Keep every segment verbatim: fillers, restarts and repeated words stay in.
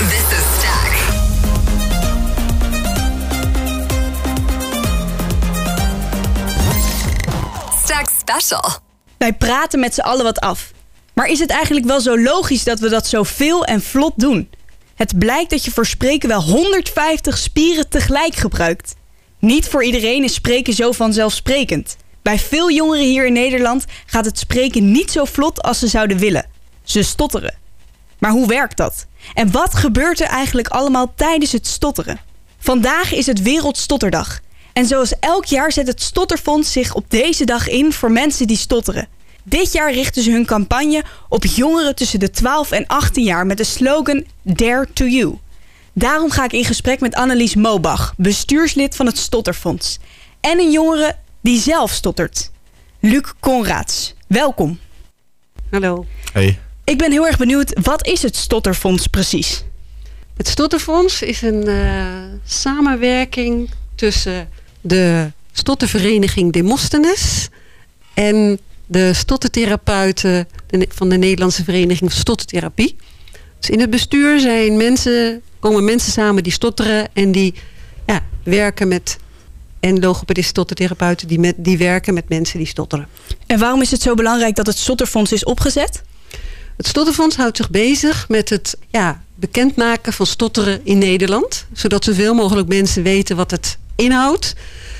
This is Stack. Stack Special. Wij praten met z'n allen wat af. Maar is het eigenlijk wel zo logisch dat we dat zo veel en vlot doen? Het blijkt dat je voor spreken wel honderdvijftig spieren tegelijk gebruikt. Niet voor iedereen is spreken zo vanzelfsprekend. Bij veel jongeren hier in Nederland gaat het spreken niet zo vlot als ze zouden willen. Ze stotteren. Maar hoe werkt dat? En wat gebeurt er eigenlijk allemaal tijdens het stotteren? Vandaag is het Wereldstotterdag. En zoals elk jaar zet het Stotterfonds zich op deze dag in voor mensen die stotteren. Dit jaar richten ze hun campagne op jongeren tussen de twaalf en achttien jaar met de slogan Dare to You. Daarom ga ik in gesprek met Annelies Mobach, bestuurslid van het Stotterfonds. En een jongere die zelf stottert. Luc Conrads, welkom. Hallo. Hey. Ik ben heel erg benieuwd, wat is het Stotterfonds precies? Het Stotterfonds is een uh, samenwerking tussen de stottervereniging Demosthenes en de stottertherapeuten van de Nederlandse Vereniging voor Stottertherapie. Dus in het bestuur zijn mensen, komen mensen samen die stotteren en die ja, werken met, en logopedische stottertherapeuten die, met, die werken met mensen die stotteren. En waarom is het zo belangrijk dat het Stotterfonds is opgezet? Het Stotterfonds houdt zich bezig met het ja, bekendmaken van stotteren in Nederland. Zodat zoveel mogelijk mensen weten wat het inhoudt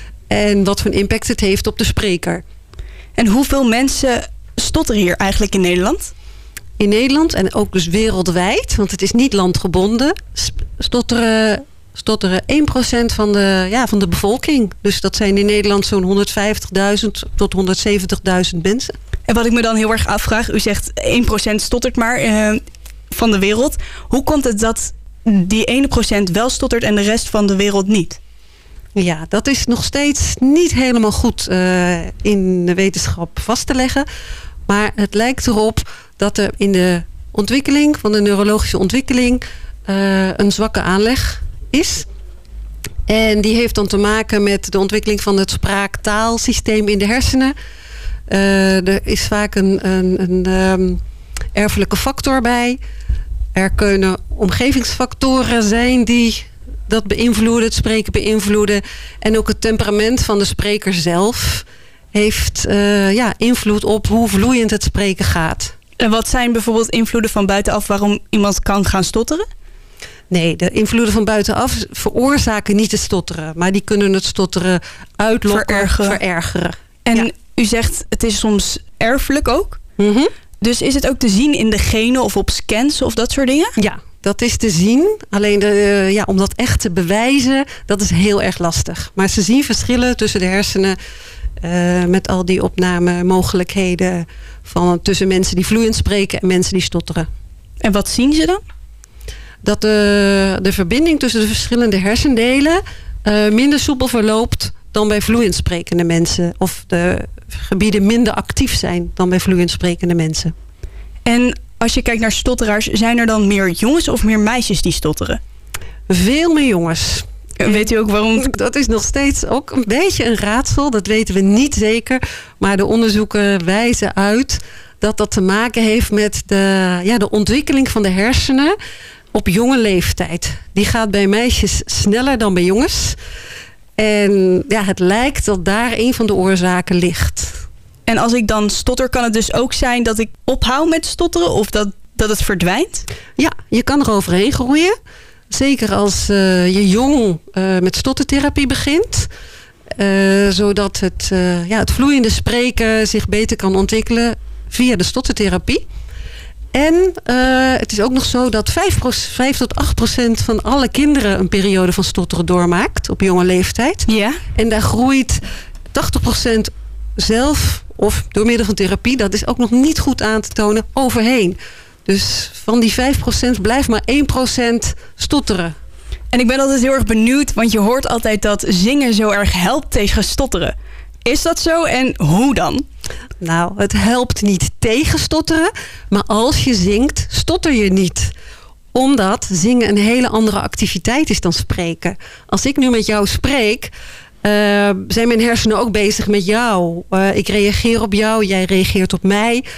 en wat voor impact het heeft op de spreker. En hoeveel mensen stotteren hier eigenlijk in Nederland? In Nederland en ook dus wereldwijd, want het is niet landgebonden, stotteren, stotteren één procent van de, ja, van de bevolking. Dus dat zijn in Nederland zo'n honderdvijftigduizend tot honderdzeventigduizend mensen. En wat ik me dan heel erg afvraag, u zegt één procent stottert maar uh, van de wereld. Hoe komt het dat die één procent wel stottert en de rest van de wereld niet? Ja, dat is nog steeds niet helemaal goed uh, in de wetenschap vast te leggen. Maar het lijkt erop dat er in de ontwikkeling, van de neurologische ontwikkeling, uh, een zwakke aanleg is. En die heeft dan te maken met de ontwikkeling van het spraak-taalsysteem in de hersenen. Uh, er is vaak een, een, een um, erfelijke factor bij. Er kunnen omgevingsfactoren zijn die dat beïnvloeden, het spreken beïnvloeden. En ook het temperament van de spreker zelf heeft uh, ja, invloed op hoe vloeiend het spreken gaat. En wat zijn bijvoorbeeld invloeden van buitenaf waarom iemand kan gaan stotteren? Nee, de invloeden van buitenaf veroorzaken niet het stotteren. Maar die kunnen het stotteren uitlokken, verergeren. verergeren. En ja. U zegt het is soms erfelijk ook. Mm-hmm. Dus is het ook te zien in de genen of op scans of dat soort dingen? Ja, dat is te zien. Alleen de, uh, ja, om dat echt te bewijzen, dat is heel erg lastig. Maar ze zien verschillen tussen de hersenen uh, met al die opnamemogelijkheden van tussen mensen die vloeiend spreken en mensen die stotteren. En wat zien ze dan? Dat de, de verbinding tussen de verschillende hersendelen uh, minder soepel verloopt dan bij vloeiend sprekende mensen. Of de gebieden minder actief zijn dan bij vloeiend sprekende mensen. En als je kijkt naar stotteraars, zijn er dan meer jongens of meer meisjes die stotteren? Veel meer jongens. Weet u ook waarom? Dat is nog steeds ook een beetje een raadsel. Dat weten we niet zeker. Maar de onderzoeken wijzen uit dat dat te maken heeft met de, ja, de ontwikkeling van de hersenen op jonge leeftijd. Die gaat bij meisjes sneller dan bij jongens. En ja, het lijkt dat daar een van de oorzaken ligt. En als ik dan stotter, kan het dus ook zijn dat ik ophoud met stotteren of dat, dat het verdwijnt? Ja, je kan er overheen groeien. Zeker als uh, je jong uh, met stottertherapie begint. Uh, zodat het, uh, ja, het vloeiende spreken zich beter kan ontwikkelen via de stottertherapie. En uh, het is ook nog zo dat vijf tot acht procent van alle kinderen een periode van stotteren doormaakt op jonge leeftijd. Ja. En daar groeit tachtig procent zelf of door middel van therapie, dat is ook nog niet goed aan te tonen, overheen. Dus van die vijf procent blijft maar één procent stotteren. En ik ben altijd heel erg benieuwd, want je hoort altijd dat zingen zo erg helpt tegen stotteren. Is dat zo en hoe dan? Nou, het helpt niet tegen stotteren, maar als je zingt, stotter je niet. Omdat zingen een hele andere activiteit is dan spreken. Als ik nu met jou spreek, uh, zijn mijn hersenen ook bezig met jou. Uh, ik reageer op jou, jij reageert op mij.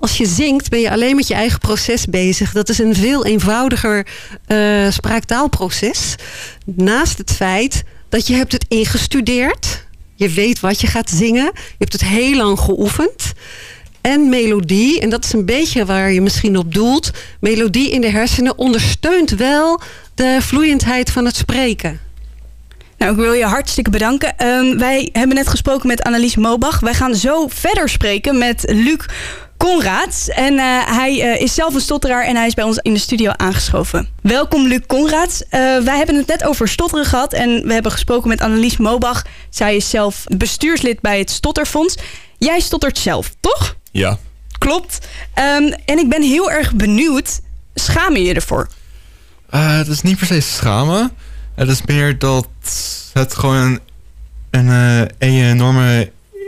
als je zingt ben je alleen met je eigen proces bezig. Dat is een veel eenvoudiger uh, spraaktaalproces. Naast het feit dat je hebt het ingestudeerd. Je weet wat je gaat zingen. Je hebt het heel lang geoefend. En melodie, en dat is een beetje waar je misschien op doelt. Melodie in de hersenen ondersteunt wel de vloeiendheid van het spreken. Nou, ik wil je hartstikke bedanken. Uh, wij hebben net gesproken met Annelies Mobach. Wij gaan zo verder spreken met Luc Conrads. En uh, hij uh, is zelf een stotteraar en hij is bij ons in de studio aangeschoven. Welkom Luc Conrads. Uh, wij hebben het net over stotteren gehad en we hebben gesproken met Annelies Mobach. Zij is zelf bestuurslid bij het Stotterfonds. Jij stottert zelf, toch? Ja. Klopt. Um, en ik ben heel erg benieuwd. Schaam je je ervoor? Uh, het is niet per se schamen. Het is meer dat het gewoon een, een, uh, een enorme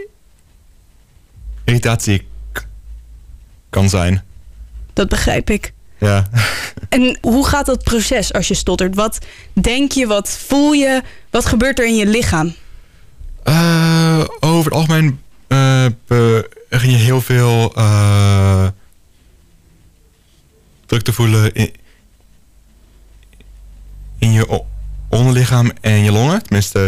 irritatie k- kan zijn. Dat begrijp ik. Ja. En hoe gaat dat proces als je stottert? Wat denk je, wat voel je, wat gebeurt er in je lichaam? Uh, over het algemeen uh, begin je heel veel uh, druk te voelen in, in je onderlichaam en je longen. Tenminste,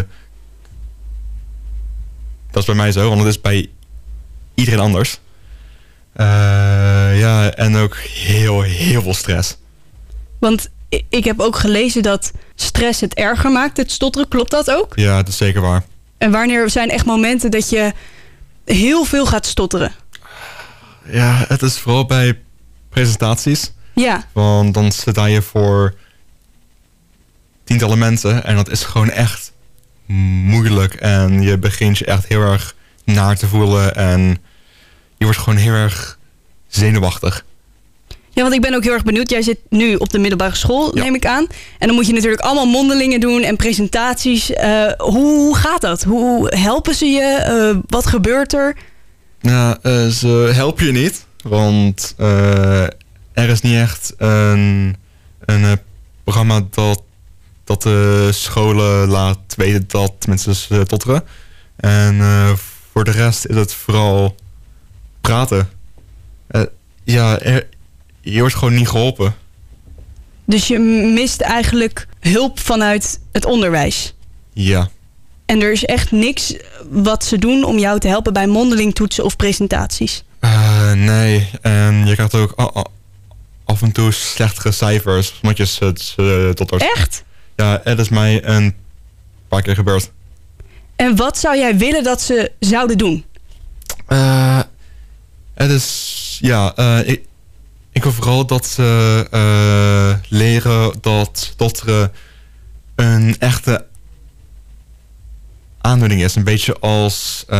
dat is bij mij zo, want het is bij iedereen anders. Uh, ja, en ook heel, heel veel stress. Want ik heb ook gelezen dat stress het erger maakt, het stotteren. Klopt dat ook? Ja, dat is zeker waar. En wanneer zijn echt momenten dat je heel veel gaat stotteren? Ja, het is vooral bij presentaties. Ja. Want dan sta je voor tientallen mensen en dat is gewoon echt moeilijk. En je begint je echt heel erg naar te voelen en je wordt gewoon heel erg zenuwachtig. Ja, want ik ben ook heel erg benieuwd. Jij zit nu op de middelbare school, Ja. neem ik aan. En dan moet je natuurlijk allemaal mondelingen doen en presentaties. Uh, hoe gaat dat? Hoe helpen ze je? Uh, wat gebeurt er? Ja, uh, ze helpen je niet. Want uh, er is niet echt een, een uh, programma dat, dat de scholen laat weten dat mensen uh, totteren. En uh, voor de rest is het vooral praten. Uh, ja, er, je wordt gewoon niet geholpen. Dus je mist eigenlijk hulp vanuit het onderwijs. Ja. En er is echt niks wat ze doen om jou te helpen bij mondelingtoetsen of presentaties. Uh, nee, en je krijgt ook a- a- af en toe slechtere cijfers, omdat je het uh, tottert. Echt? Ja, het is mij een paar keer gebeurd. En wat zou jij willen dat ze zouden doen? Uh, het is, ja, uh, ik, ik wil vooral dat ze uh, leren dat totteren een echte aandoening is. Een beetje als uh,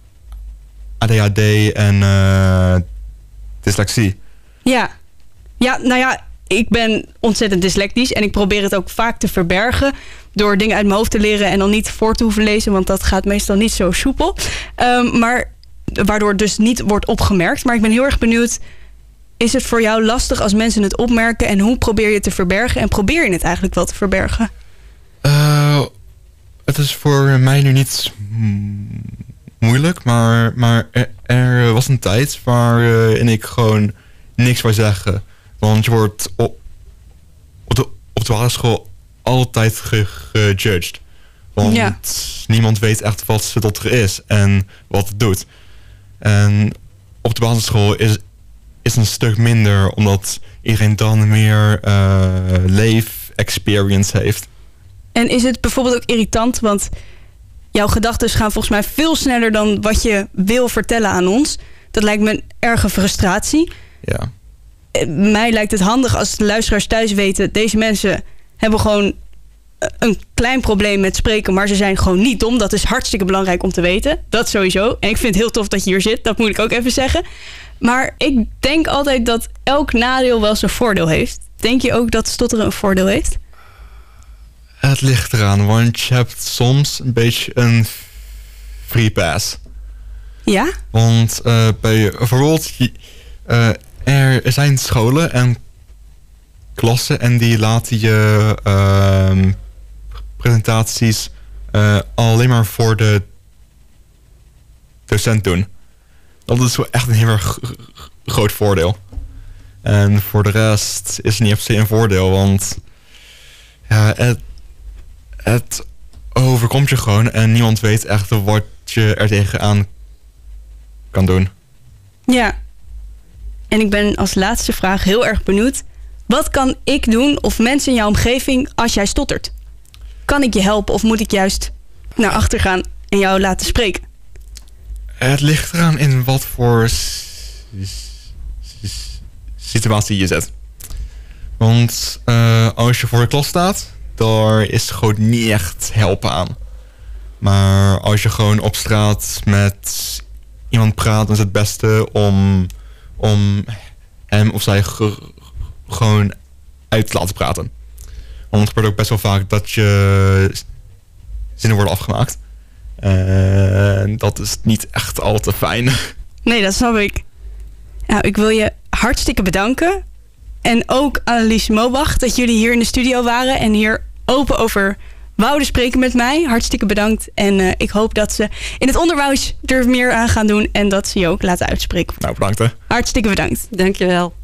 A D H D en uh, dyslexie. Ja. Ja, nou ja, ik ben ontzettend dyslectisch en ik probeer het ook vaak te verbergen door dingen uit mijn hoofd te leren en dan niet voor te hoeven lezen, want dat gaat meestal niet zo soepel. Um, maar waardoor het dus niet wordt opgemerkt. Maar ik ben heel erg benieuwd, is het voor jou lastig als mensen het opmerken en hoe probeer je het te verbergen en probeer je het eigenlijk wel te verbergen? Uh, het is voor mij nu niet m- moeilijk, maar, maar er, er was een tijd waarin ik gewoon niks wou zeggen. Want je wordt op, op de, op de basisschool altijd ge- gejudged. Want Ja. niemand weet echt wat stotteren is en wat het doet. En op de basisschool is is een stuk minder, omdat iedereen dan meer uh, leef-experience heeft. En is het bijvoorbeeld ook irritant, want jouw gedachten gaan volgens mij veel sneller dan wat je wil vertellen aan ons. Dat lijkt me een erge frustratie. Ja. Mij lijkt het handig als de luisteraars thuis weten, deze mensen hebben gewoon een klein probleem met spreken, maar ze zijn gewoon niet dom. Dat is hartstikke belangrijk om te weten. Dat sowieso. En ik vind het heel tof dat je hier zit. Dat moet ik ook even zeggen. Maar ik denk altijd dat elk nadeel wel zijn voordeel heeft. Denk je ook dat stotteren een voordeel heeft? Het ligt eraan, want je hebt soms een beetje een free pass. Ja? Want uh, bij bijvoorbeeld, uh, er zijn scholen en klassen en die laten je uh, presentaties uh, alleen maar voor de docent doen. Dat is wel echt een heel erg groot voordeel. En voor de rest is het niet per se een voordeel, want ja, het, het overkomt je gewoon en niemand weet echt wat je er tegenaan kan doen. Ja. En ik ben als laatste vraag heel erg benieuwd. Wat kan ik doen of mensen in jouw omgeving als jij stottert? Kan ik je helpen of moet ik juist naar achter gaan en jou laten spreken? Het ligt eraan in wat voor s- s- s- situatie je zit. Want uh, als je voor de klas staat, daar is gewoon niet echt helpen aan. Maar als je gewoon op straat met iemand praat, dan is het beste om, om hem of zij ge- gewoon uit te laten praten. Want het gebeurt ook best wel vaak dat je zinnen worden afgemaakt. En dat is niet echt al te fijn. Nee, dat snap ik. Nou, ik wil je hartstikke bedanken. En ook Annelies Mobach dat jullie hier in de studio waren en hier open over wouden spreken met mij. Hartstikke bedankt. En uh, ik hoop dat ze in het onderwijs er meer aan gaan doen en dat ze je ook laten uitspreken. Nou, bedankt hè. Hartstikke bedankt. Dankjewel.